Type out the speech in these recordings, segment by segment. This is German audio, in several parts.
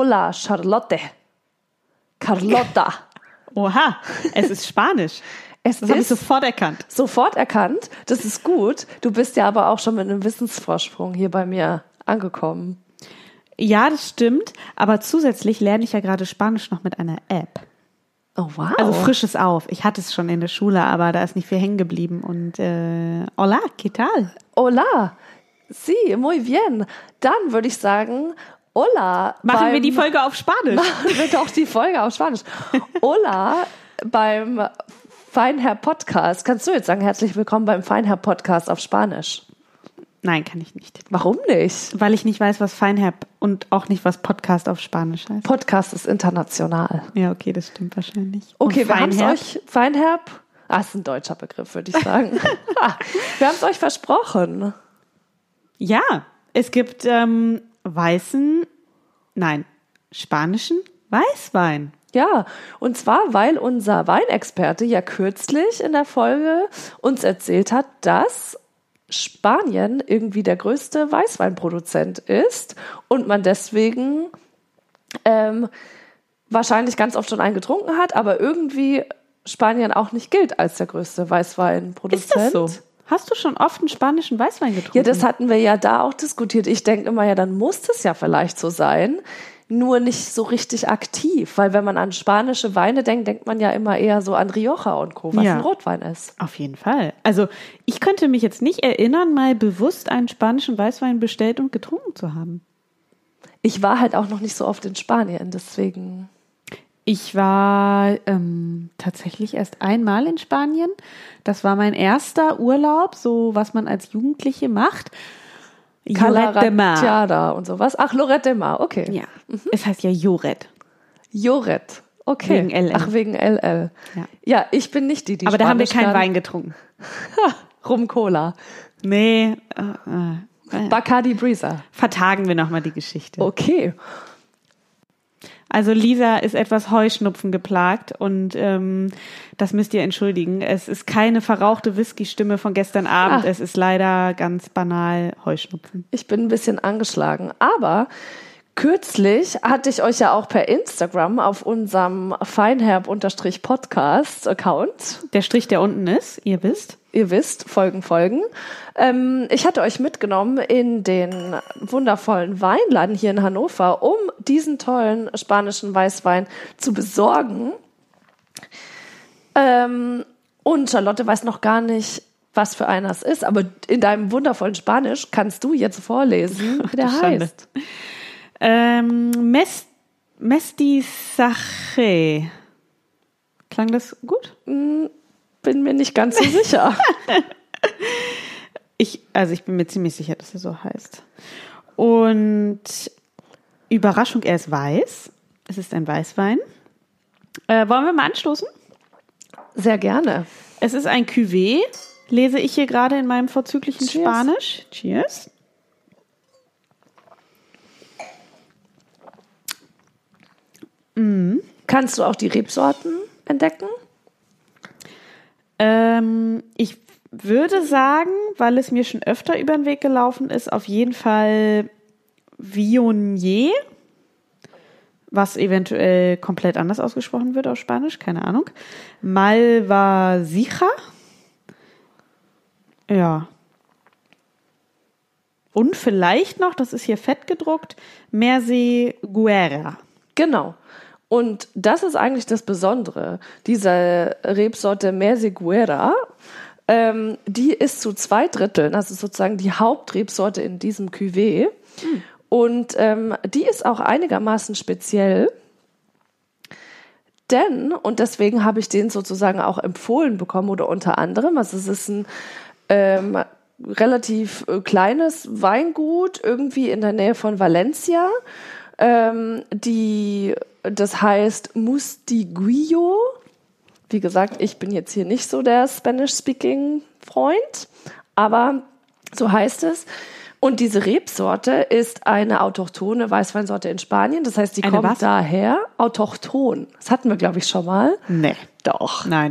Hola, Charlotte. Carlota. Oha, es ist Spanisch. Das habe ich sofort erkannt. Sofort erkannt, das ist gut. Du bist ja aber auch schon mit einem Wissensvorsprung hier bei mir angekommen. Ja, das stimmt. Aber zusätzlich lerne ich ja gerade Spanisch noch mit einer App. Oh, wow. Also frisches auf. Ich hatte es schon in der Schule, aber da ist nicht viel hängen geblieben. Und hola, ¿qué tal? Hola, sí, muy bien. Dann würde ich sagen, hola. Machen wir die Folge auf Spanisch. Machen wir doch die Folge auf Spanisch. Hola beim Feinherr Podcast. Kannst du jetzt sagen, herzlich willkommen beim Feinherr Podcast auf Spanisch? Nein, kann ich nicht. Warum nicht? Weil ich nicht weiß, was Feinherb und auch nicht, was Podcast auf Spanisch heißt. Podcast ist international. Ja, okay, das stimmt wahrscheinlich. Okay, und wir haben es euch, Feinherb, ist ein deutscher Begriff, würde ich sagen. Wir haben es euch versprochen. Ja, es gibt spanischen Weißwein. Ja, und zwar, weil unser Weinexperte ja kürzlich in der Folge uns erzählt hat, dass Spanien irgendwie der größte Weißweinproduzent ist und man deswegen wahrscheinlich ganz oft schon einen getrunken hat, aber irgendwie Spanien auch nicht gilt als der größte Weißweinproduzent. Ist das so? Hast du schon oft einen spanischen Weißwein getrunken? Ja, das hatten wir ja da auch diskutiert. Ich denke immer, ja, dann muss es ja vielleicht so sein, nur nicht so richtig aktiv, weil wenn man an spanische Weine denkt, denkt man ja immer eher so an Rioja und Co., was ein Rotwein ist. Auf jeden Fall. Also ich könnte mich jetzt nicht erinnern, mal bewusst einen spanischen Weißwein bestellt und getrunken zu haben. Ich war halt auch noch nicht so oft in Spanien, deswegen. Ich war tatsächlich erst einmal in Spanien. Das war mein erster Urlaub, so was man als Jugendliche macht. Lloret de Mar und sowas. Ach, Lloret de Mar, okay. Ja, es heißt ja Lloret. Lloret, okay. Wegen LL. Ach, wegen LL. Ja, ich bin nicht die aber da haben wir keinen Wein getrunken. Rum-Cola. Nee. Bacardi Breezer. Vertagen wir nochmal die Geschichte. Okay. Also Lisa ist etwas Heuschnupfen geplagt und das müsst ihr entschuldigen. Es ist keine verrauchte Whisky-Stimme von gestern Abend. Es ist leider ganz banal Heuschnupfen. Ich bin ein bisschen angeschlagen, aber kürzlich hatte ich euch ja auch per Instagram auf unserem Feinherb-Podcast-Account. Der Strich, der unten ist, ihr wisst. Ihr wisst, Folgen. Ich hatte euch mitgenommen in den wundervollen Weinladen hier in Hannover, um diesen tollen spanischen Weißwein zu besorgen. Und Charlotte weiß noch gar nicht, was für einer es ist, aber in deinem wundervollen Spanisch kannst du jetzt vorlesen, wie der heißt. Mestizaje. Klang das gut? Bin mir nicht ganz so sicher. Ich bin mir ziemlich sicher, dass er so heißt. Und Überraschung, er ist weiß. Es ist ein Weißwein. Wollen wir mal anstoßen? Sehr gerne. Es ist ein Cuvée, lese ich hier gerade in meinem vorzüglichen Cheers. Spanisch. Cheers. Kannst du auch die Rebsorten entdecken? Ich würde sagen, weil es mir schon öfter über den Weg gelaufen ist, auf jeden Fall Viognier, was eventuell komplett anders ausgesprochen wird auf Spanisch, keine Ahnung. Malvasija. Ja. Und vielleicht noch, das ist hier fett gedruckt, Merceguera. Genau. Und das ist eigentlich das Besondere. Diese Rebsorte Merceguera, die ist zu 2/3, also sozusagen die Hauptrebsorte in diesem Cuvée. Und die ist auch einigermaßen speziell, denn, und deswegen habe ich den sozusagen auch empfohlen bekommen, oder unter anderem, also es ist ein relativ kleines Weingut, irgendwie in der Nähe von Valencia, das heißt Mustiguillo. Wie gesagt, ich bin jetzt hier nicht so der Spanish-Speaking-Freund, aber so heißt es. Und diese Rebsorte ist eine autochthone Weißweinsorte in Spanien. Das heißt, die kommt daher. Autochthon. Das hatten wir, glaube ich, schon mal. Nee. Doch. Nein.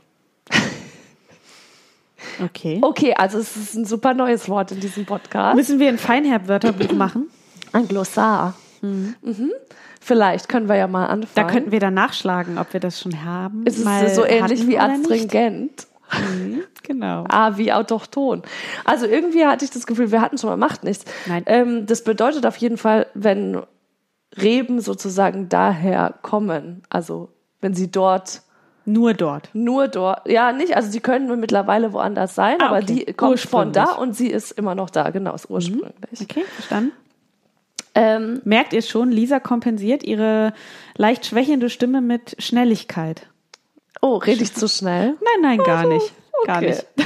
Okay. Okay, also es ist ein super neues Wort in diesem Podcast. Müssen wir ein Feinherb-Wörterbuch machen? Ein Glossar. Vielleicht können wir ja mal Da anfangen. könnten wir dann nachschlagen, ob wir das schon haben. Es ist mal so ähnlich hatten wie oder nicht. astringent. Genau. Wie autochthon. Also irgendwie hatte ich das Gefühl, wir hatten schon mal, macht nichts. Nein. Das bedeutet auf jeden Fall, wenn Reben sozusagen daher kommen, also wenn sie Nur dort. nur dort, ja nicht, also sie können mittlerweile woanders sein, aber okay. die kommt von da Ursprünglich. und sie ist immer noch da, genau, ist ursprünglich. Okay, verstanden. Merkt ihr schon, Lisa kompensiert ihre leicht schwächende Stimme mit Schnelligkeit. Oh, rede ich zu schnell? Nein, gar nicht. Gar Okay. nicht.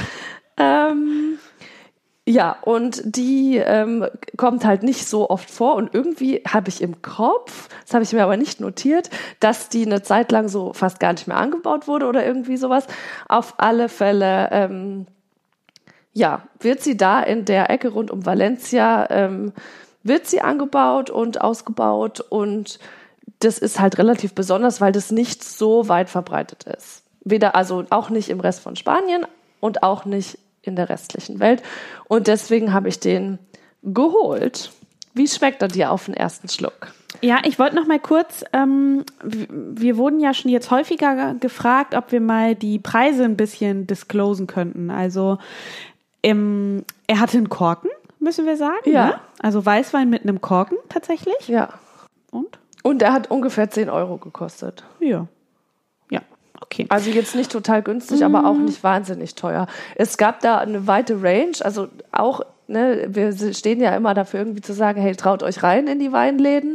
Ja, und die kommt halt nicht so oft vor und irgendwie habe ich im Kopf, das habe ich mir aber nicht notiert, dass die eine Zeit lang so fast gar nicht mehr angebaut wurde oder irgendwie sowas. Auf alle Fälle, wird sie da in der Ecke rund um Valencia, wird sie angebaut und ausgebaut und das ist halt relativ besonders, weil das nicht so weit verbreitet ist. Weder, also auch nicht im Rest von Spanien und auch nicht in der restlichen Welt. Und deswegen habe ich den geholt. Wie schmeckt er dir auf den ersten Schluck? Ja, ich wollte noch mal kurz, wir wurden ja schon jetzt häufiger gefragt, ob wir mal die Preise ein bisschen disclosen könnten. Also er hatte einen Korken, müssen wir sagen. Ja. Ne? Also Weißwein mit einem Korken tatsächlich. Ja. Und er hat ungefähr 10 Euro gekostet. Ja. Okay. Also jetzt nicht total günstig, aber auch nicht wahnsinnig teuer. Es gab da eine weite Range, also auch, ne, wir stehen ja immer dafür irgendwie zu sagen, hey, traut euch rein in die Weinläden.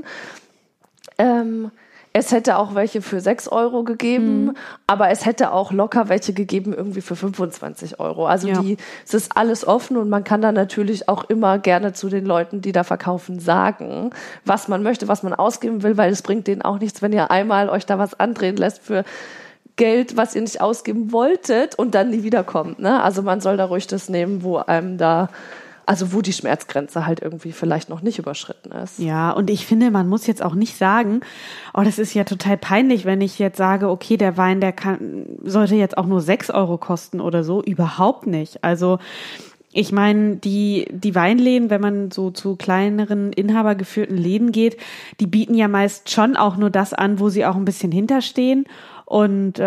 Es hätte auch welche für 6 Euro gegeben, aber es hätte auch locker welche gegeben irgendwie für 25 Euro. Also es ist alles offen und man kann da natürlich auch immer gerne zu den Leuten, die da verkaufen, sagen, was man möchte, was man ausgeben will, weil es bringt denen auch nichts, wenn ihr einmal euch da was andrehen lässt für Geld, was ihr nicht ausgeben wolltet und dann nie wiederkommt. Ne? Also man soll da ruhig das nehmen, wo einem da, also wo die Schmerzgrenze halt irgendwie vielleicht noch nicht überschritten ist. Ja, und ich finde, man muss jetzt auch nicht sagen, oh, das ist ja total peinlich, wenn ich jetzt sage, okay, der Wein, sollte jetzt auch nur 6 Euro kosten oder so. Überhaupt nicht. Also ich meine, die Weinläden, wenn man so zu kleineren, inhabergeführten Läden geht, die bieten ja meist schon auch nur das an, wo sie auch ein bisschen hinterstehen. Und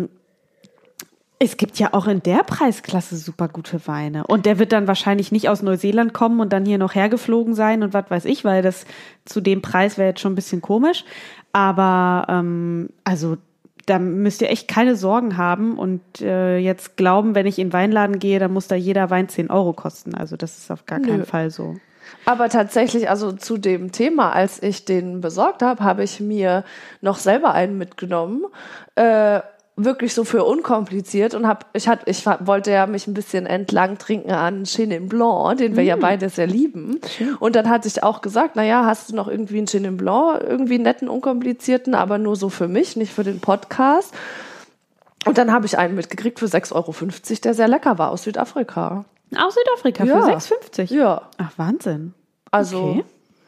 es gibt ja auch in der Preisklasse super gute Weine. Und der wird dann wahrscheinlich nicht aus Neuseeland kommen und dann hier noch hergeflogen sein und was weiß ich, weil das zu dem Preis wäre jetzt schon ein bisschen komisch. Aber also da müsst ihr echt keine Sorgen haben und jetzt glauben, wenn ich in den Weinladen gehe, dann muss da jeder Wein 10 Euro kosten. Also das ist auf gar keinen Fall so. Aber tatsächlich, also zu dem Thema, als ich den besorgt habe, habe ich mir noch selber einen mitgenommen, wirklich so für unkompliziert und ich wollte ja mich ein bisschen entlang trinken an Chenin Blanc, den wir ja beide sehr lieben. Und dann hatte ich auch gesagt, naja, hast du noch irgendwie einen Chenin Blanc, irgendwie einen netten, unkomplizierten, aber nur so für mich, nicht für den Podcast. Und dann habe ich einen mitgekriegt für 6,50 Euro, der sehr lecker war, aus Südafrika. Aus Südafrika für 6,50? Ja. Ach, Wahnsinn. Also okay.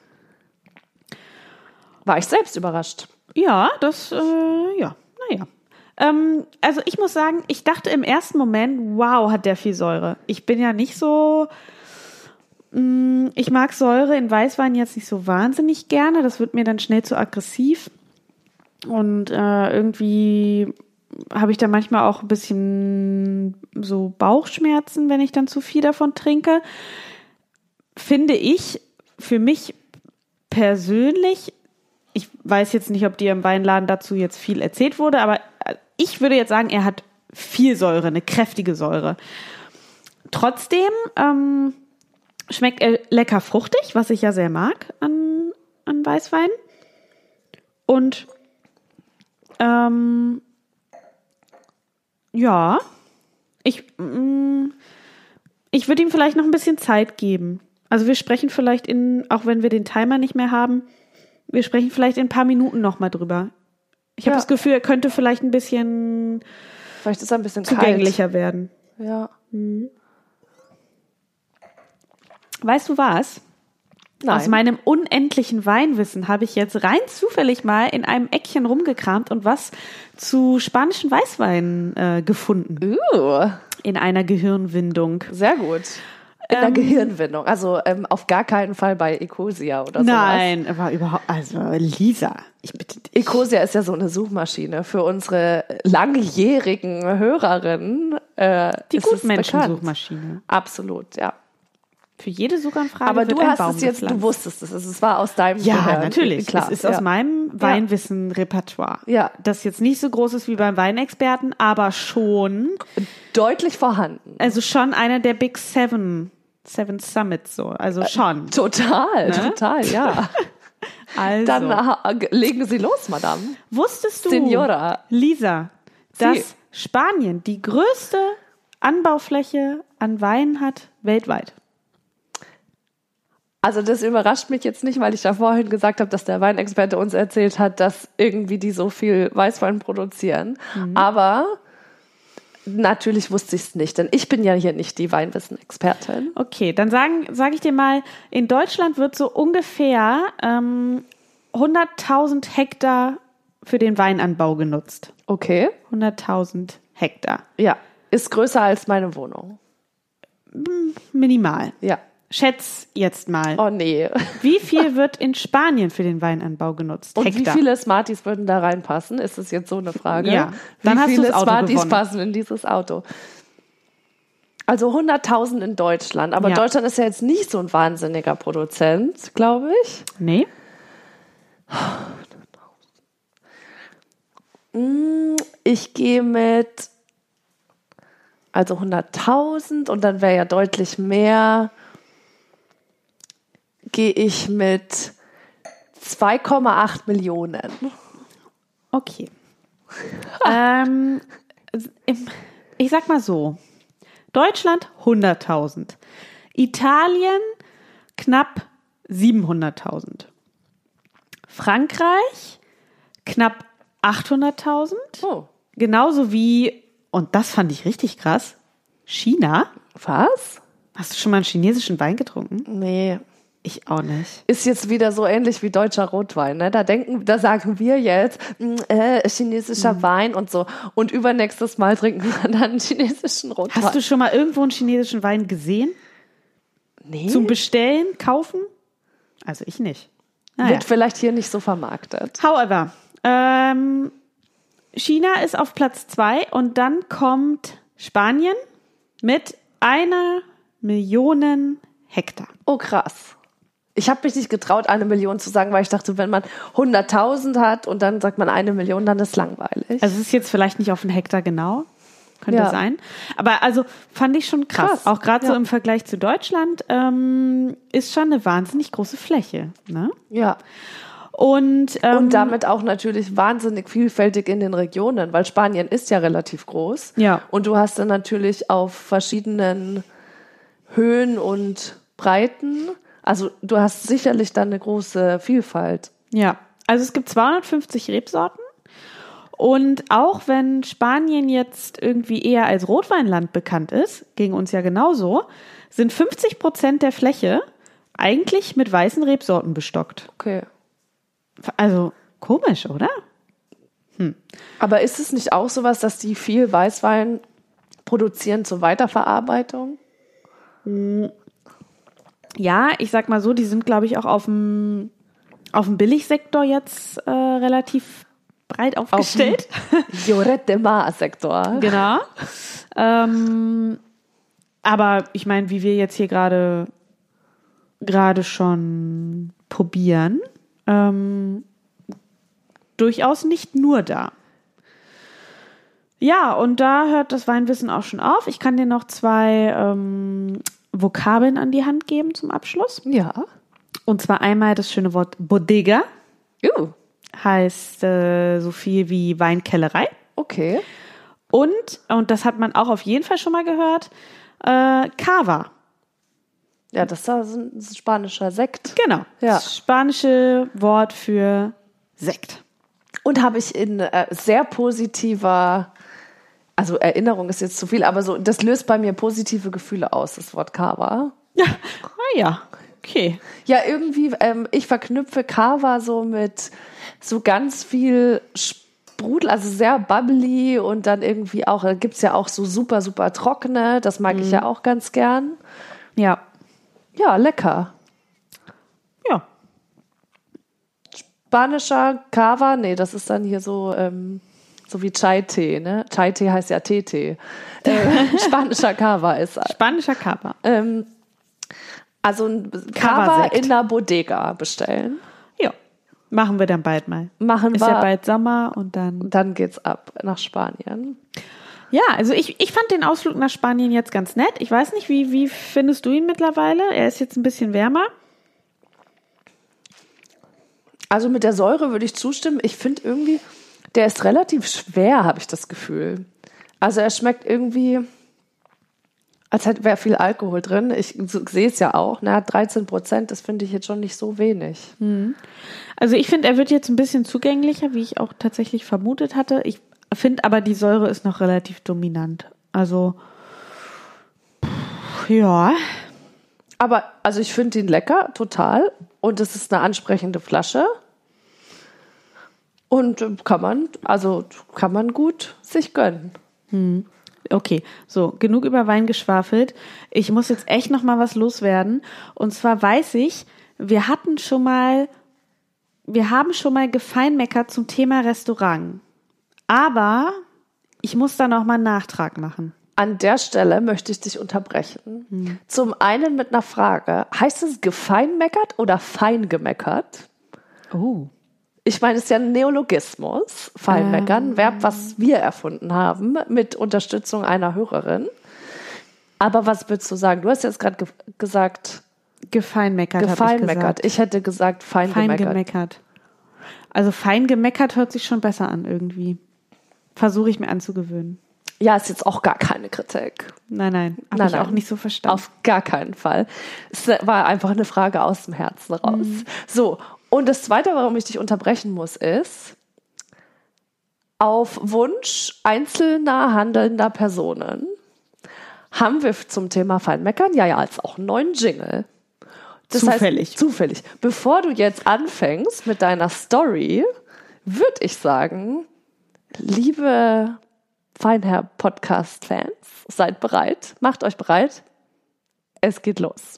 War ich selbst überrascht. Ja, naja. Also ich muss sagen, ich dachte im ersten Moment, wow, hat der viel Säure. Ich bin ja nicht so, ich mag Säure in Weißwein jetzt nicht so wahnsinnig gerne. Das wird mir dann schnell zu aggressiv. Und irgendwie habe ich da manchmal auch ein bisschen so Bauchschmerzen, wenn ich dann zu viel davon trinke. Finde ich für mich persönlich, ich weiß jetzt nicht, ob dir im Weinladen dazu jetzt viel erzählt wurde, aber ich würde jetzt sagen, er hat viel Säure, eine kräftige Säure. Trotzdem schmeckt er lecker fruchtig, was ich ja sehr mag an Weißwein. Und ja, ich würde ihm vielleicht noch ein bisschen Zeit geben. Also wir sprechen vielleicht auch wenn wir den Timer nicht mehr haben, wir sprechen vielleicht in ein paar Minuten noch mal drüber. Ich habe das Gefühl, er könnte vielleicht ein bisschen vielleicht ist er ein bisschen zugänglicher kalt werden. Ja. Weißt du was? Nein. Aus meinem unendlichen Weinwissen habe ich jetzt rein zufällig mal in einem Eckchen rumgekramt und was zu spanischen Weißweinen gefunden. In einer Gehirnwindung. Sehr gut. In der Gehirnwindung. Also auf gar keinen Fall bei Ecosia oder so. Nein, aber überhaupt, also Lisa, ich bitte dich. Ecosia ist ja so eine Suchmaschine für unsere langjährigen Hörerinnen. Die Gutmenschen-Suchmaschine. Absolut, ja. Für jede Suchanfrage Aber wird du ein hast Baum es jetzt, gepflanzt. du wusstest es. Es war aus deinem Ja, Gehirn. natürlich. Klar, es ist aus meinem Weinwissen-Repertoire. Ja. Das jetzt nicht so groß ist wie beim Weinexperten, aber schon. Deutlich vorhanden. Also schon einer der Big Seven Summits so. Also schon. Total, total, ja. Also. Dann legen Sie los, Madame. Wusstest du, Signora. Lisa, dass Spanien die größte Anbaufläche an Wein hat weltweit? Also das überrascht mich jetzt nicht, weil ich da vorhin gesagt habe, dass der Weinexperte uns erzählt hat, dass irgendwie die so viel Weißwein produzieren. Aber natürlich wusste ich es nicht, denn ich bin ja hier nicht die Weinwissen-Expertin. Okay, dann sag ich dir mal, in Deutschland wird so ungefähr 100.000 Hektar für den Weinanbau genutzt. Okay. 100.000 Hektar. Ja, ist größer als meine Wohnung. Minimal. Ja. Schätz jetzt mal. Oh nee. Wie viel wird in Spanien für den Weinanbau genutzt? Und Hektar. wie viele Smarties würden da reinpassen? Ist das jetzt so eine Frage? Ja. Dann wie hast du viele das Auto Smarties gewonnen. passen in dieses Auto? Also 100.000 in Deutschland. Aber Ja. Deutschland ist ja jetzt nicht so ein wahnsinniger Produzent, glaube ich. Nee. Ich gehe mit, also 100.000 und dann wäre ja deutlich mehr, gehe ich mit 2,8 Millionen. Okay. Ich sag mal so. Deutschland 100.000. Italien knapp 700.000. Frankreich knapp 800.000. Oh. Genauso wie, und das fand ich richtig krass, China. Was? Hast du schon mal einen chinesischen Wein getrunken? Nee. Ich auch nicht. Ist jetzt wieder so ähnlich wie deutscher Rotwein, ne? Da sagen wir jetzt, chinesischer Wein und so. Und übernächstes Mal trinken wir dann einen chinesischen Rotwein. Hast du schon mal irgendwo einen chinesischen Wein gesehen? Nee. Zum Bestellen, kaufen? Also ich nicht. Naja. Wird vielleicht hier nicht so vermarktet. However, China ist auf Platz 2 und dann kommt Spanien mit 1 Million Hektar. Oh, krass. Ich habe mich nicht getraut, 1 Million zu sagen, weil ich dachte, wenn man 100.000 hat und dann sagt man 1 Million, dann ist langweilig. Also es ist jetzt vielleicht nicht auf den Hektar genau, könnte Ja. sein. Aber also fand ich schon krass. Auch gerade so im Vergleich zu Deutschland ist schon eine wahnsinnig große Fläche. Ne? Ja. Und damit auch natürlich wahnsinnig vielfältig in den Regionen, weil Spanien ist ja relativ groß. Ja. Und du hast dann natürlich auf verschiedenen Höhen und Breiten, also du hast sicherlich dann eine große Vielfalt. ja, also es gibt 250 Rebsorten. Und auch wenn Spanien jetzt irgendwie eher als Rotweinland bekannt ist, gegen uns ja genauso, sind 50% der Fläche eigentlich mit weißen Rebsorten bestockt. Okay. Also komisch, oder? Aber ist es nicht auch sowas, dass die viel Weißwein produzieren zur Weiterverarbeitung? Ja, ich sag mal so, die sind, glaube ich, auch auf dem Billigsektor jetzt relativ breit aufgestellt. Lloret de Mar-Sektor. Genau. Aber ich meine, wie wir jetzt hier gerade schon probieren, durchaus nicht nur da. Ja, und da hört das Weinwissen auch schon auf. Ich kann dir noch 2 Vokabeln an die Hand geben zum Abschluss. Ja. Und zwar einmal das schöne Wort Bodega, heißt so viel wie Weinkellerei. Okay. Und das hat man auch auf jeden Fall schon mal gehört, Cava. Ja, das ist ein spanischer Sekt. Genau, Ja. das spanische Wort für Sekt. Und habe ich in sehr positiver, also Erinnerung ist jetzt zu viel, aber so, das löst bei mir positive Gefühle aus, das Wort Cava. Ja, ja, okay. Ja, irgendwie, ich verknüpfe Cava so mit so ganz viel Sprudel, also sehr bubbly und dann irgendwie auch, da gibt es ja auch so super, super trockene, das mag ich ja auch ganz gern. Ja. Ja, lecker. Ja. Spanischer Cava, nee, das ist dann hier so wie Chai-Tee, ne? Chai-Tee heißt ja Tee-Tee. Spanischer Cava ist Spanischer Cava. Also ein Cava Cava-Sekt. in der Bodega bestellen. Ja. Machen wir dann bald mal. Machen Ist wir. ja bald Sommer und dann. Dann geht's ab nach Spanien. Ja, also ich fand den Ausflug nach Spanien jetzt ganz nett. Ich weiß nicht, wie findest du ihn mittlerweile? Er ist jetzt ein bisschen wärmer. Also mit der Säure würde ich zustimmen. Ich finde irgendwie, der ist relativ schwer, habe ich das Gefühl. Also er schmeckt irgendwie, als wäre viel Alkohol drin. Ich sehe es ja auch. Er hat 13%, das finde ich jetzt schon nicht so wenig. Also ich finde, er wird jetzt ein bisschen zugänglicher, wie ich auch tatsächlich vermutet hatte. Ich finde aber, die Säure ist noch relativ dominant. Also, ja. Aber also ich finde ihn lecker, total. Und es ist eine ansprechende Flasche. Und kann man gut sich gönnen. Okay, so, genug über Wein geschwafelt. Ich muss jetzt echt noch mal was loswerden. Und zwar weiß ich, wir haben schon mal gefeinmeckert zum Thema Restaurant. Aber ich muss da noch mal einen Nachtrag machen. An der Stelle möchte ich dich unterbrechen. Zum einen mit einer Frage. Heißt es gefeinmeckert oder feingemeckert? Oh. Ich meine, es ist ja ein Neologismus. Feinmeckern, Verb, was wir erfunden haben, mit Unterstützung einer Hörerin. Aber was würdest du sagen? Du hast jetzt gerade gesagt, Gefeinmeckert, habe ich gefeinmeckert. gesagt. Ich hätte gesagt feingemeckert. Feingemeckert. Also feingemeckert hört sich schon besser an irgendwie. Versuche ich mir anzugewöhnen. Ja, ist jetzt auch gar keine Kritik. Nein, habe ich auch nicht so verstanden. Auf gar keinen Fall. Es war einfach eine Frage aus dem Herzen raus. So, und das Zweite, warum ich dich unterbrechen muss, ist, auf Wunsch einzelner handelnder Personen haben wir zum Thema Feinmeckern ja jetzt auch einen neuen Jingle. Das heißt, zufällig. Bevor du jetzt anfängst mit deiner Story, würde ich sagen, liebe Feinherr-Podcast-Fans, seid bereit, macht euch bereit, es geht los.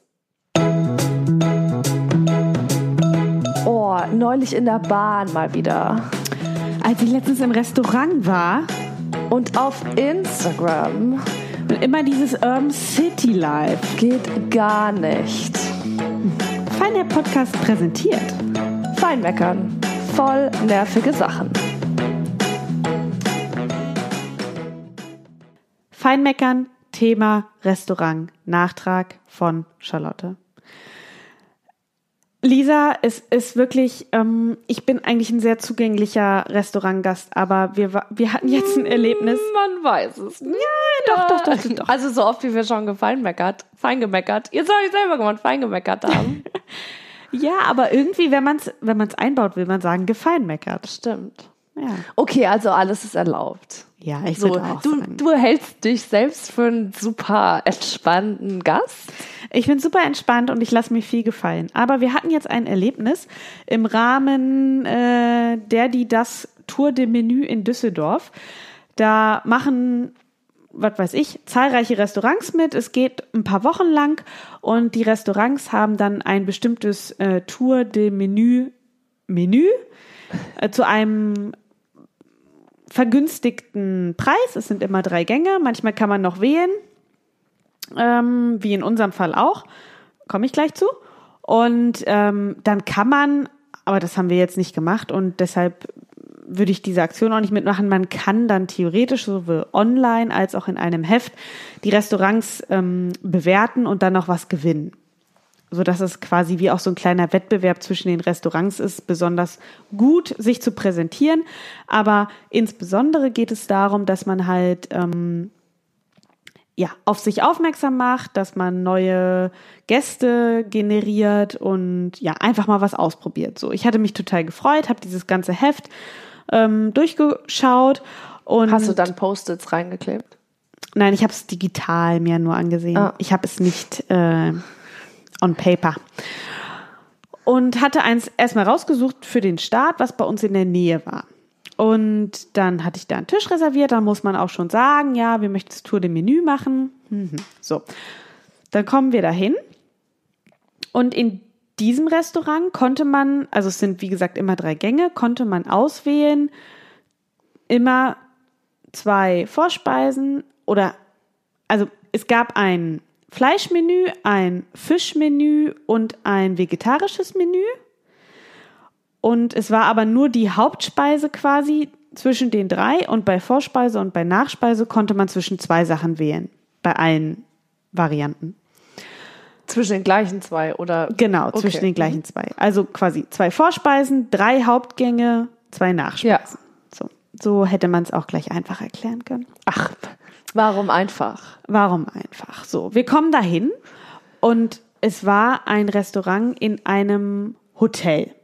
Oh, neulich in der Bahn mal wieder. Als ich letztens im Restaurant war Und auf Instagram und immer dieses Urban City Life. geht gar nicht. Feiner Podcast präsentiert. Feinmeckern, voll nervige Sachen. Feinmeckern, Thema Restaurant. Nachtrag von Charlotte. Lisa, es ist wirklich, ich bin eigentlich ein sehr zugänglicher Restaurantgast, aber wir hatten jetzt ein Erlebnis. Man weiß es nicht. Ja, doch. Also so oft, wie wir schon feingemeckert. Jetzt habe ich selber gemacht, feingemeckert haben. Ja, aber irgendwie, wenn man's einbaut, will man sagen, gefeinmeckert. Stimmt. Ja, Okay, also alles ist erlaubt. ja, ich So, würde auch sagen. du hältst dich selbst für einen super entspannten Gast. Ich bin super entspannt und ich lasse mir viel gefallen. Aber wir hatten jetzt ein Erlebnis im Rahmen das Tour de Menü in Düsseldorf. Da machen, was weiß ich, zahlreiche Restaurants mit. Es geht ein paar Wochen lang und die Restaurants haben dann ein bestimmtes Tour de Menü zu einem vergünstigten Preis. Es sind immer 3 Gänge. Manchmal kann man noch wählen. Wie in unserem Fall auch. Komme ich gleich zu. Und dann kann man, aber das haben wir jetzt nicht gemacht und deshalb würde ich diese Aktion auch nicht mitmachen. Man kann dann theoretisch sowohl online als auch in einem Heft die Restaurants bewerten und dann noch was gewinnen. Sodass es quasi wie auch so ein kleiner Wettbewerb zwischen den Restaurants ist, besonders gut sich zu präsentieren. Aber insbesondere geht es darum, dass man halt auf sich aufmerksam macht, dass man neue Gäste generiert und ja, einfach mal was ausprobiert. So, ich hatte mich total gefreut, habe dieses ganze Heft durchgeschaut. Und Hast du dann Post-its reingeklebt? Nein, ich habe es digital mir nur angesehen. Ah. Ich habe es nicht on paper. Und hatte eins erstmal rausgesucht für den Start, was bei uns in der Nähe war. Und dann hatte ich da einen Tisch reserviert, dann muss man auch schon sagen, ja, wir möchten das Tour de Menü machen. So. dann kommen wir dahin und in diesem Restaurant konnte man, also es sind wie gesagt immer 3 Gänge, konnte man auswählen, immer 2 Vorspeisen oder, also es gab ein Fleischmenü, ein Fischmenü und ein vegetarisches Menü. Und es war aber nur die Hauptspeise quasi zwischen den 3 und bei Vorspeise und bei Nachspeise konnte man zwischen 2 Sachen wählen, bei allen Varianten. Zwischen den gleichen 2 oder? Genau, zwischen den gleichen 2. Also quasi 2 Vorspeisen, 3 Hauptgänge, 2 Nachspeisen. Ja. So hätte man es auch gleich einfach erklären können. Ach, warum einfach? Warum einfach? So, wir kommen dahin und es war ein Restaurant in einem Hotel.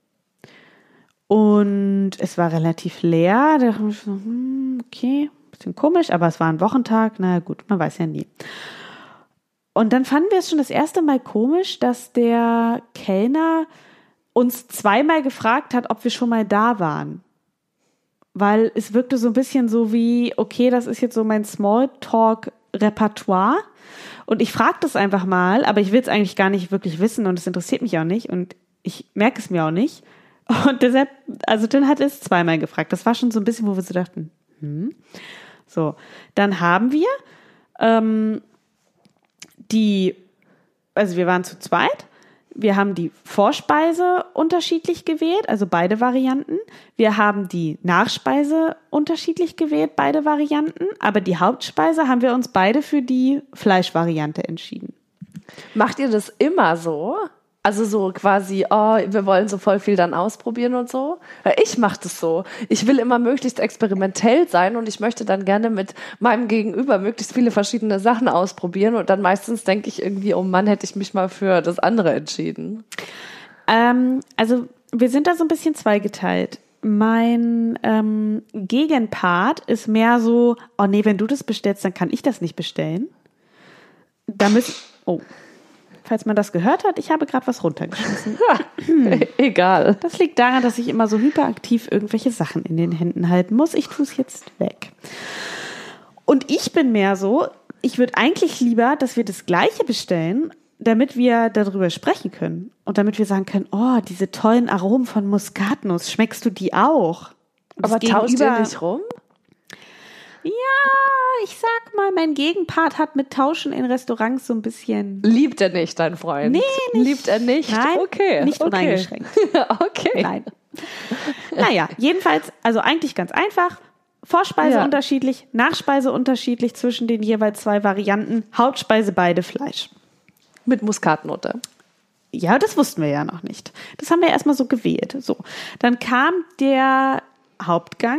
Und es war relativ leer. Da dachte ich so, okay, bisschen komisch, aber es war ein Wochentag. Na gut, man weiß ja nie. Und dann fanden wir es schon das erste Mal komisch, dass der Kellner uns 2-mal gefragt hat, ob wir schon mal da waren. Weil es wirkte so ein bisschen so wie, okay, das ist jetzt so mein Smalltalk-Repertoire. Und ich frage das einfach mal, aber ich will es eigentlich gar nicht wirklich wissen und es interessiert mich auch nicht und ich merke es mir auch nicht. Und deshalb, also dann hat er es 2-mal gefragt. Das war schon so ein bisschen, wo wir so dachten, So, dann haben wir also wir waren zu zweit. Wir haben die Vorspeise unterschiedlich gewählt, also beide Varianten. Wir haben die Nachspeise unterschiedlich gewählt, beide Varianten. Aber die Hauptspeise haben wir uns beide für die Fleischvariante entschieden. Macht ihr das immer so? Also so quasi, oh, wir wollen so voll viel dann ausprobieren und so. Weil ich mache das so. Ich will immer möglichst experimentell sein und ich möchte dann gerne mit meinem Gegenüber möglichst viele verschiedene Sachen ausprobieren und dann meistens denke ich irgendwie, oh Mann, hätte ich mich mal für das andere entschieden. Also wir sind da so ein bisschen zweigeteilt. Mein Gegenpart ist mehr so, oh nee, wenn du das bestellst, dann kann ich das nicht bestellen. Falls man das gehört hat, ich habe gerade was runtergeschmissen. Egal. Das liegt daran, dass ich immer so hyperaktiv irgendwelche Sachen in den Händen halten muss. Ich tue es jetzt weg. Und ich bin mehr so, ich würde eigentlich lieber, dass wir das Gleiche bestellen, damit wir darüber sprechen können. Und damit wir sagen können, oh, diese tollen Aromen von Muskatnuss, schmeckst du die auch? Aber tauscht ihr nicht rum? Ja, ich sag mal, mein Gegenpart hat mit Tauschen in Restaurants so ein bisschen... Liebt er nicht, dein Freund? Nee, nicht. Liebt er nicht? Nein, okay. Nicht uneingeschränkt. Okay. Nein. Naja, jedenfalls, also eigentlich ganz einfach. Vorspeise unterschiedlich, Nachspeise unterschiedlich zwischen den jeweils 2 Varianten. Hauptspeise beide Fleisch. Mit Muskatnote. Ja, das wussten wir ja noch nicht. Das haben wir erstmal so gewählt. So, dann kam der Hauptgang.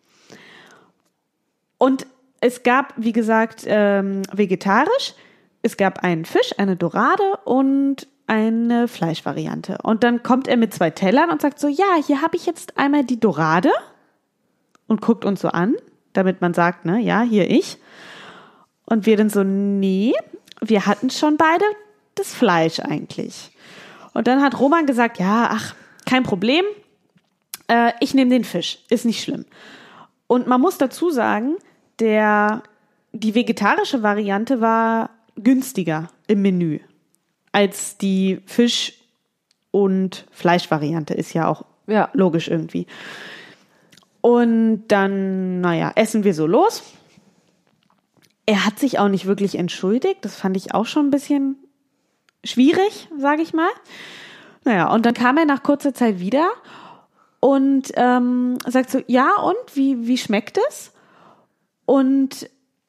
Und es gab, wie gesagt, vegetarisch. Es gab einen Fisch, eine Dorade und eine Fleischvariante. Und dann kommt er mit 2 Tellern und sagt so, ja, hier habe ich jetzt einmal die Dorade und guckt uns so an, damit man sagt, ne, ja, hier ich. Und wir dann so, nee, wir hatten schon beide das Fleisch eigentlich. Und dann hat Roman gesagt, ja, ach, kein Problem, ich nehme den Fisch, ist nicht schlimm. Und man muss dazu sagen, die vegetarische Variante war günstiger im Menü als die Fisch- und Fleischvariante. Ist ja auch logisch irgendwie. Und dann, essen wir so los. Er hat sich auch nicht wirklich entschuldigt. Das fand ich auch schon ein bisschen schwierig, sage ich mal. Und dann kam er nach kurzer Zeit wieder und sagt so, ja und, wie schmeckt es? Und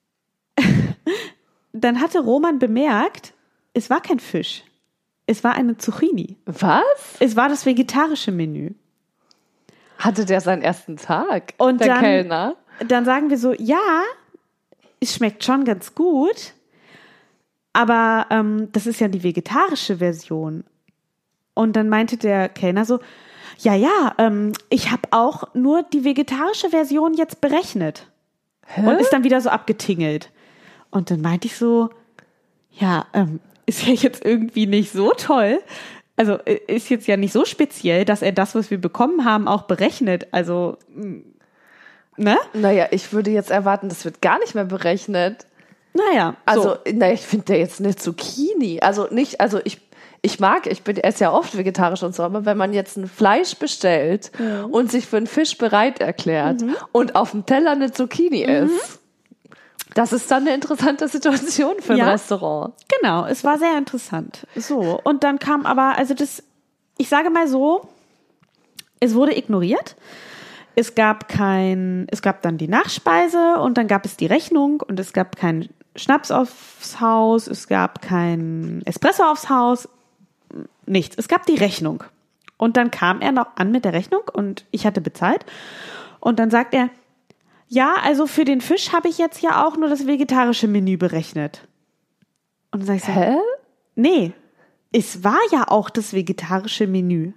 dann hatte Roman bemerkt, es war kein Fisch. Es war eine Zucchini. Was? Es war das vegetarische Menü. Hatte der seinen ersten Tag, und der Kellner? Dann sagen wir so, ja, es schmeckt schon ganz gut, aber das ist ja die vegetarische Version. Und dann meinte der Kellner so, ich habe auch nur die vegetarische Version jetzt berechnet. Hä? Und ist dann wieder so abgetingelt. Und dann meinte ich so, ist ja jetzt irgendwie nicht so toll. Also ist jetzt ja nicht so speziell, dass er das, was wir bekommen haben, auch berechnet. Also, ne? Naja, ich würde jetzt erwarten, das wird gar nicht mehr berechnet. Naja. Also, ich finde jetzt eine Zucchini. Also nicht, ich esse ja oft vegetarisch und so, aber wenn man jetzt ein Fleisch bestellt und sich für einen Fisch bereit erklärt und auf dem Teller eine Zucchini isst, das ist dann eine interessante Situation für ein Restaurant. Genau, es war sehr interessant. So, und dann kam aber, ich sage mal so, es wurde ignoriert. Es gab dann die Nachspeise und dann gab es die Rechnung und es gab keinen Schnaps aufs Haus, es gab kein Espresso aufs Haus, nichts. Es gab die Rechnung. Und dann kam er noch an mit der Rechnung und ich hatte bezahlt. Und dann sagt er, ja, also für den Fisch habe ich jetzt ja auch nur das vegetarische Menü berechnet. Und dann sage ich so, hä? Nee, es war ja auch das vegetarische Menü.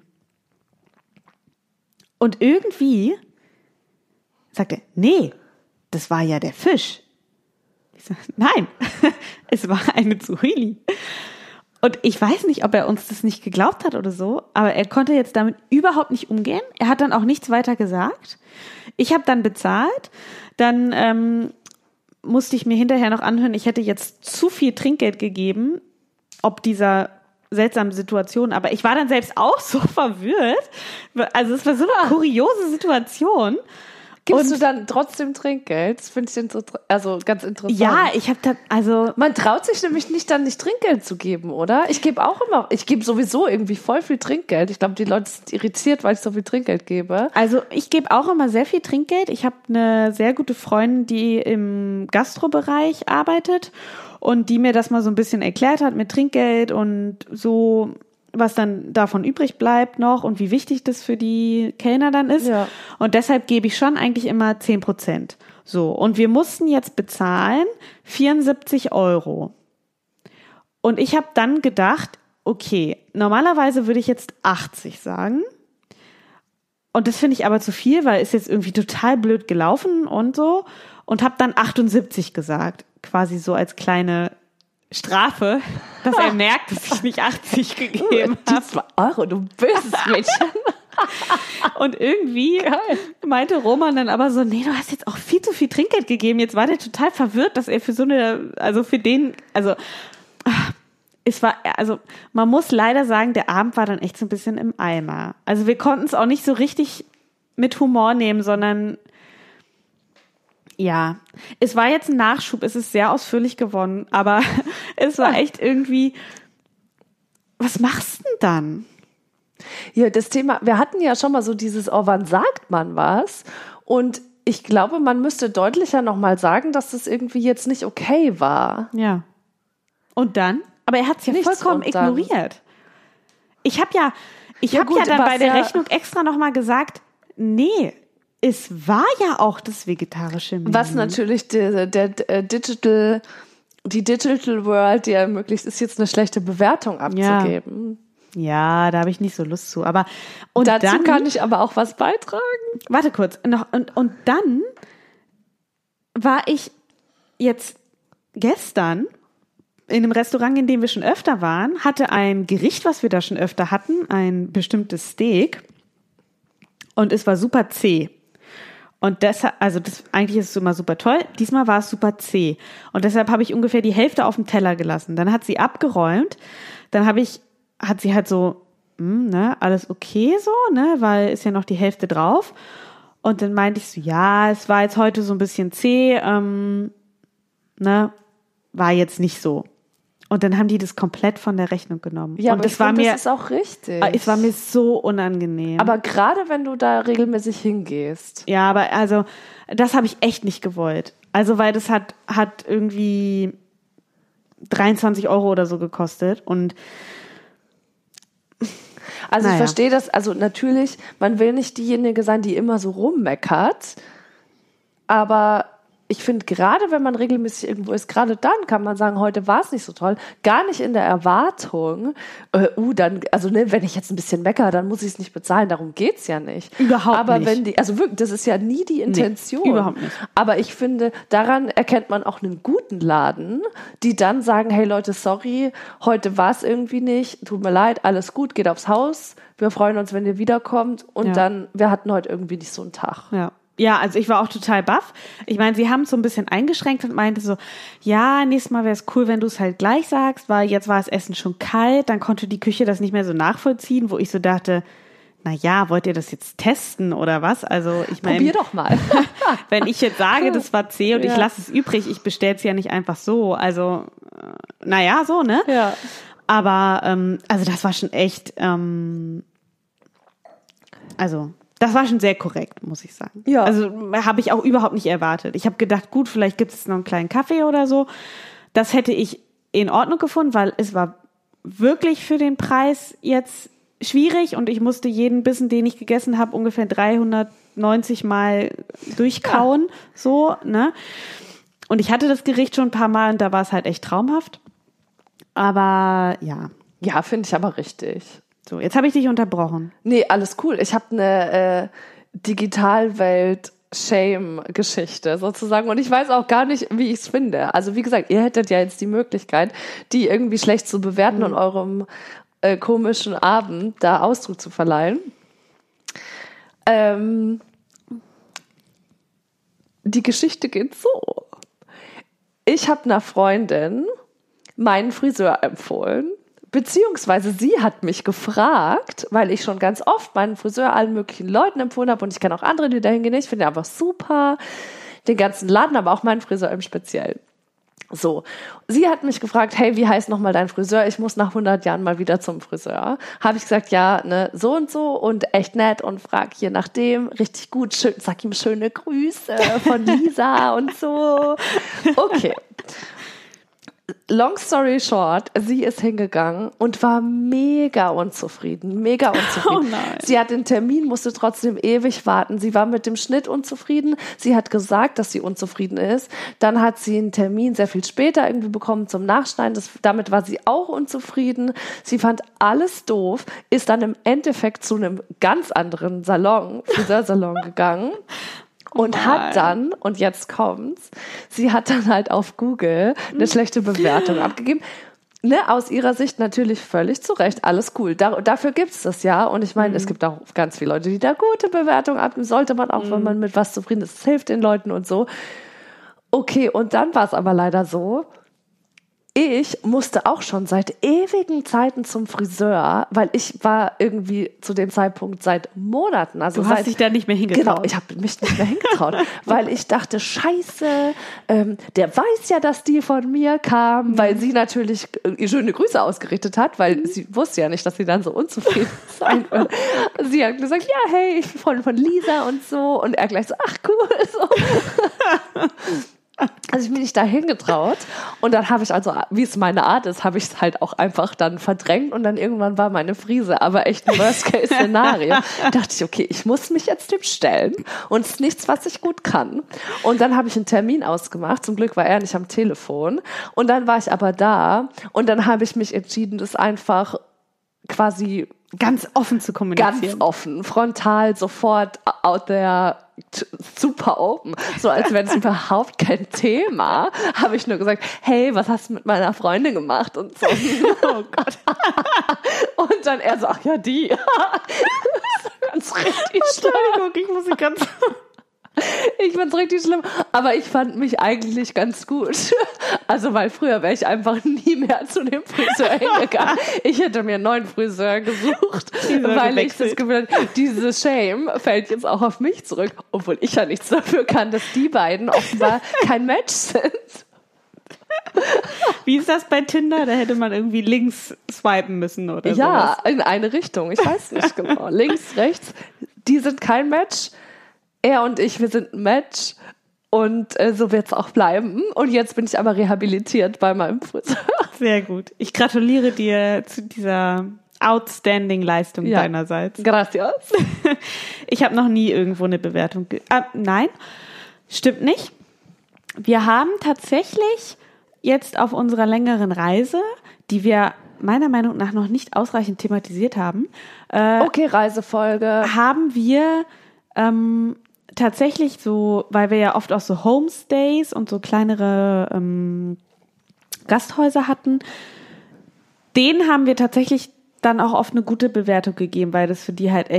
Und irgendwie sagt er, nee, das war ja der Fisch. Ich sage, nein, es war eine Zucchini. Und ich weiß nicht, ob er uns das nicht geglaubt hat oder so, aber er konnte jetzt damit überhaupt nicht umgehen. Er hat dann auch nichts weiter gesagt. Ich habe dann bezahlt. Dann musste ich mir hinterher noch anhören, ich hätte jetzt zu viel Trinkgeld gegeben, ob dieser seltsamen Situation. Aber ich war dann selbst auch so verwirrt. Also es war so eine kuriose Situation. Gibst du dann trotzdem Trinkgeld? Das finde ich ganz interessant. Ja, ich habe da, man traut sich nämlich nicht, dann nicht Trinkgeld zu geben, oder? Ich gebe sowieso irgendwie voll viel Trinkgeld. Ich glaube, die Leute sind irritiert, weil ich so viel Trinkgeld gebe. Also ich gebe auch immer sehr viel Trinkgeld. Ich habe eine sehr gute Freundin, die im Gastrobereich arbeitet und die mir das mal so ein bisschen erklärt hat mit Trinkgeld und so, was dann davon übrig bleibt noch und wie wichtig das für die Kellner dann ist. Ja. Und deshalb gebe ich schon eigentlich immer 10%. So, und wir mussten jetzt bezahlen 74 €. Und ich habe dann gedacht, okay, normalerweise würde ich jetzt 80 sagen. Und das finde ich aber zu viel, weil ist jetzt irgendwie total blöd gelaufen und so. Und habe dann 78 gesagt, quasi so als kleine Strafe, dass er merkt, dass ich nicht 80 gegeben habe. Die 2 €, du böses Mädchen. Und irgendwie meinte Roman dann aber so, nee, du hast jetzt auch viel zu viel Trinkgeld gegeben. Jetzt war der total verwirrt, dass er man muss leider sagen, der Abend war dann echt so ein bisschen im Eimer. Also wir konnten es auch nicht so richtig mit Humor nehmen, sondern ja, es war jetzt ein Nachschub, es ist sehr ausführlich geworden, aber es war echt irgendwie, was machst du denn dann? Ja, das Thema, wir hatten ja schon mal so dieses, wann sagt man was? Und ich glaube, man müsste deutlicher nochmal sagen, dass das irgendwie jetzt nicht okay war. Ja. Und dann? Aber er hat es ja vollkommen ignoriert. Ich habe ja dann bei der Rechnung extra nochmal gesagt, nee, es war ja auch das vegetarische Menü. Was natürlich die Digital World dir ermöglicht, ist jetzt eine schlechte Bewertung abzugeben. Ja, da habe ich nicht so Lust zu. Aber dazu kann ich aber auch was beitragen. Warte kurz. Und dann war ich jetzt gestern in einem Restaurant, in dem wir schon öfter waren, hatte ein Gericht, was wir da schon öfter hatten, ein bestimmtes Steak. Und es war super zäh. Und eigentlich ist es immer super toll. Diesmal war es super zäh. Und deshalb habe ich ungefähr die Hälfte auf dem Teller gelassen. Dann hat sie abgeräumt. Dann hat sie halt so, alles okay so, ne, weil ist ja noch die Hälfte drauf. Und dann meinte ich so, ja, es war jetzt heute so ein bisschen zäh, war jetzt nicht so. Und dann haben die das komplett von der Rechnung genommen. Ja, und aber das ist auch richtig. Es war mir so unangenehm. Aber gerade wenn du da regelmäßig hingehst. Ja, aber das habe ich echt nicht gewollt. Also, weil das hat irgendwie 23 € oder so gekostet und also ich verstehe das, also natürlich, man will nicht diejenige sein, die immer so rummeckert, aber ich finde, gerade wenn man regelmäßig irgendwo ist, gerade dann kann man sagen, heute war es nicht so toll, gar nicht in der Erwartung, wenn ich jetzt ein bisschen meckere, dann muss ich es nicht bezahlen, darum geht's ja nicht. Überhaupt nicht. Aber also wirklich, das ist ja nie die Intention. Nee, überhaupt nicht. Aber ich finde, daran erkennt man auch einen guten Laden, die dann sagen, hey Leute, sorry, heute war es irgendwie nicht, tut mir leid, alles gut, geht aufs Haus, wir freuen uns, wenn ihr wiederkommt und dann, wir hatten heute irgendwie nicht so einen Tag. Ja. Ja, also ich war auch total baff. Ich meine, sie haben es so ein bisschen eingeschränkt und meinte so, ja, nächstes Mal wäre es cool, wenn du es halt gleich sagst, weil jetzt war das Essen schon kalt, dann konnte die Küche das nicht mehr so nachvollziehen, wo ich so dachte, na ja, wollt ihr das jetzt testen oder was? Also ich meine, probier doch mal. wenn ich jetzt sage, das war zäh und ich lasse es übrig, ich bestelle es ja nicht einfach so. Also, naja, so, ne? Ja. Aber, also das war schon echt, das war schon sehr korrekt, muss ich sagen. Ja. Also habe ich auch überhaupt nicht erwartet. Ich habe gedacht, gut, vielleicht gibt es noch einen kleinen Kaffee oder so. Das hätte ich in Ordnung gefunden, weil es war wirklich für den Preis jetzt schwierig und ich musste jeden Bissen, den ich gegessen habe, ungefähr 390 Mal durchkauen. Ja. So, ne? Und ich hatte das Gericht schon ein paar Mal und da war es halt echt traumhaft. Aber ja. Ja, finde ich aber richtig. So, jetzt habe ich dich unterbrochen. Nee, alles cool. Ich habe eine Digitalwelt-Shame-Geschichte sozusagen und ich weiß auch gar nicht, wie ich es finde. Also wie gesagt, ihr hättet ja jetzt die Möglichkeit, die irgendwie schlecht zu bewerten und eurem komischen Abend da Ausdruck zu verleihen. Die Geschichte geht so. Ich habe einer Freundin meinen Friseur empfohlen, beziehungsweise sie hat mich gefragt, weil ich schon ganz oft meinen Friseur allen möglichen Leuten empfohlen habe und ich kenne auch andere, die da hingehen. Ich finde ihn einfach super, den ganzen Laden, aber auch meinen Friseur im Speziellen. So, sie hat mich gefragt, hey, wie heißt nochmal dein Friseur? Ich muss nach 100 Jahren mal wieder zum Friseur. Habe ich gesagt, ja, ne, so und echt nett und frag je nachdem, richtig gut, schön, sag ihm schöne Grüße von Lisa und so. Okay. Long story short, sie ist hingegangen und war mega unzufrieden. Oh nein. Sie hat den Termin, musste trotzdem ewig warten. Sie war mit dem Schnitt unzufrieden. Sie hat gesagt, dass sie unzufrieden ist. Dann hat sie einen Termin sehr viel später irgendwie bekommen zum Nachschneiden. Damit war sie auch unzufrieden. Sie fand alles doof, ist dann im Endeffekt zu einem ganz anderen Friseursalon gegangen. Und hat dann, und jetzt kommt's, sie hat dann halt auf Google eine schlechte Bewertung abgegeben. Ne, aus ihrer Sicht natürlich völlig zu Recht, alles cool. Dafür gibt's das ja. Und ich meine, es gibt auch ganz viele Leute, die da gute Bewertungen abgeben. Sollte man auch, wenn man mit was zufrieden ist. Es hilft den Leuten und so. Okay, und dann war es aber leider so, ich musste auch schon seit ewigen Zeiten zum Friseur, weil ich war irgendwie zu dem Zeitpunkt seit Monaten. Also du hast dich da nicht mehr hingetraut. Genau, ich habe mich nicht mehr hingetraut, weil ich dachte, scheiße, der weiß ja, dass die von mir kam, weil sie natürlich schöne Grüße ausgerichtet hat, weil sie wusste ja nicht, dass sie dann so unzufrieden sein wird. Sie hat gesagt, ja, hey, ich bin Freundin von Lisa und so. Und er gleich so, ach cool, so. Also ich bin nicht dahin getraut und dann habe ich also, wie es meine Art ist, habe ich es halt auch einfach dann verdrängt und dann irgendwann war meine Frise, aber echt ein Worst-Case-Szenario. Dachte ich, okay, ich muss mich jetzt dem stellen und es ist nichts, was ich gut kann. Und dann habe ich einen Termin ausgemacht, zum Glück war er nicht am Telefon und dann war ich aber da und dann habe ich mich entschieden, das einfach quasi ganz offen zu kommunizieren. Ganz offen, frontal, sofort out there, super open. So als wäre es überhaupt kein Thema. Habe ich nur gesagt, hey, was hast du mit meiner Freundin gemacht? Und so. Oh Gott. Und dann er so, ach ja, die. Das ist ganz richtig schlimm. Ich muss sie ganz... Ich fand's richtig schlimm, aber ich fand mich eigentlich ganz gut. Also, weil früher wäre ich einfach nie mehr zu dem Friseur hingegangen. Ich hätte mir einen neuen Friseur gesucht, weil ich das Gefühl hatte, diese Shame fällt jetzt auch auf mich zurück, obwohl ich ja nichts dafür kann, dass die beiden offenbar kein Match sind. Wie ist das bei Tinder? Da hätte man irgendwie links swipen müssen oder so. Ja, sowas. In eine Richtung. Ich weiß nicht genau. Links, rechts. Die sind kein Match. Er und ich, wir sind ein Match. Und so wird es auch bleiben. Und jetzt bin ich aber rehabilitiert bei meinem Friseur. Sehr gut. Ich gratuliere dir zu dieser outstanding Leistung deinerseits. Gracias. Ich habe noch nie irgendwo eine Bewertung. Nein, stimmt nicht. Wir haben tatsächlich jetzt auf unserer längeren Reise, die wir meiner Meinung nach noch nicht ausreichend thematisiert haben. Okay, Reisefolge. Haben wir tatsächlich so, weil wir ja oft auch so Homestays und so kleinere Gasthäuser hatten, denen haben wir tatsächlich dann auch oft eine gute Bewertung gegeben, weil das für die halt echt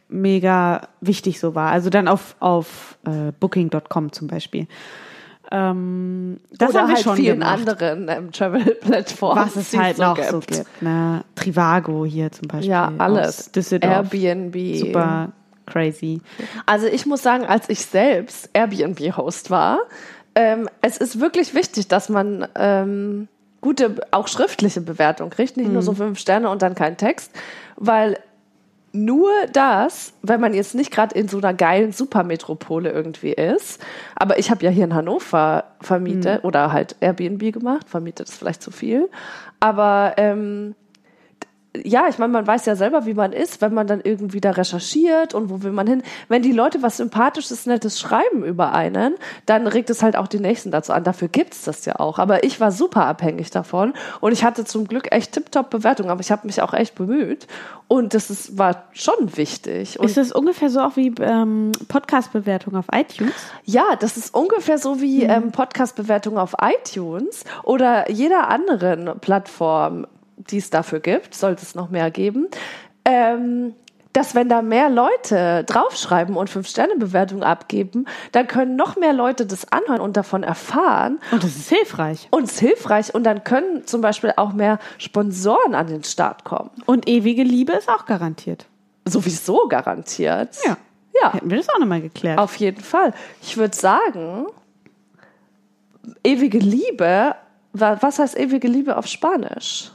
mega wichtig so war. Also dann auf Booking.com zum Beispiel. Das Oder haben wir halt schon vielen gemacht. anderen Travel-Plattformen. Was es halt noch so gibt. Ne? Trivago hier zum Beispiel. Ja, alles. Aus Düsseldorf. Airbnb. Super crazy. Also ich muss sagen, als ich selbst Airbnb-Host war, es ist wirklich wichtig, dass man gute, auch schriftliche Bewertung kriegt, nicht nur so 5 Sterne und dann kein Text, weil nur das, wenn man jetzt nicht gerade in so einer geilen Supermetropole irgendwie ist, aber ich habe ja hier in Hannover vermietet oder halt Airbnb gemacht, vermietet ist vielleicht zu viel, aber ja, ich meine, man weiß ja selber, wie man ist, wenn man dann irgendwie da recherchiert und wo will man hin. Wenn die Leute was Sympathisches, Nettes schreiben über einen, dann regt es halt auch die Nächsten dazu an. Dafür gibt's das ja auch. Aber ich war super abhängig davon und ich hatte zum Glück echt tipptopp Bewertungen, aber ich habe mich auch echt bemüht und war schon wichtig. Und ist das ungefähr so auch wie Podcast-Bewertung auf iTunes? ja, das ist ungefähr so wie Podcast-Bewertung auf iTunes oder jeder anderen Plattform, die es dafür gibt, sollte es noch mehr geben, dass wenn da mehr Leute draufschreiben und 5-Sterne-Bewertungen abgeben, dann können noch mehr Leute das anhören und davon erfahren. Und das ist hilfreich. Und es ist hilfreich und dann können zum Beispiel auch mehr Sponsoren an den Start kommen. Und ewige Liebe ist auch garantiert. Sowieso garantiert. Ja. Hätten wir das auch nochmal geklärt. Auf jeden Fall. Ich würde sagen, ewige Liebe, was heißt ewige Liebe auf Spanisch?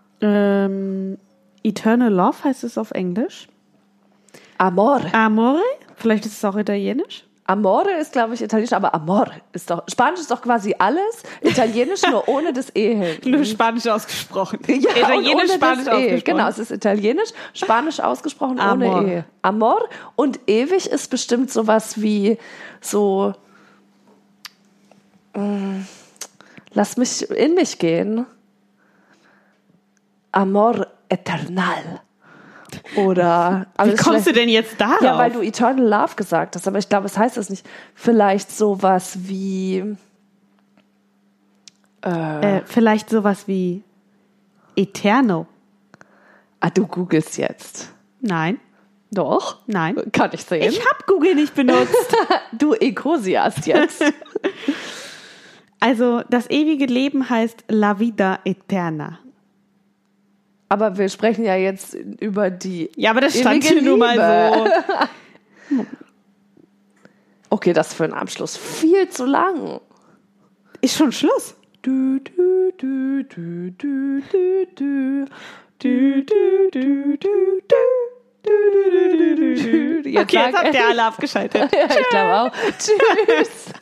Eternal Love heißt es auf Englisch. Amore. Amore? Vielleicht ist es auch italienisch. Amore ist, glaube ich, italienisch, aber Amor ist doch, Spanisch ist doch quasi alles, italienisch nur ohne das E hinten. Nur Spanisch ausgesprochen. Ja, Italienisch, Spanisch ausgesprochen. Genau, es ist italienisch, Spanisch ausgesprochen Amor. ohne E. Amor und ewig ist bestimmt sowas wie so, lass mich in mich gehen. Amor eternal. Oder Wie kommst du denn jetzt darauf? Ja, weil du Eternal Love gesagt hast, aber ich glaube, es heißt das nicht. Vielleicht sowas wie vielleicht sowas wie Eterno. du googelst jetzt. Nein. Doch? Nein. Kann ich sehen. Ich habe Google nicht benutzt. Du Ecosiast jetzt. Also, das ewige Leben heißt La Vida Eterna. Aber wir sprechen ja jetzt über die Ja, aber das stand ewige hier nur mal so. Okay, das ist für einen Abschluss viel zu lang. Ist schon Schluss. Du, du, du, du, du, du, du. Du, du, du, du, du. Okay, jetzt habt ihr alle abgeschaltet. Ja, ich glaube auch. Tschüss.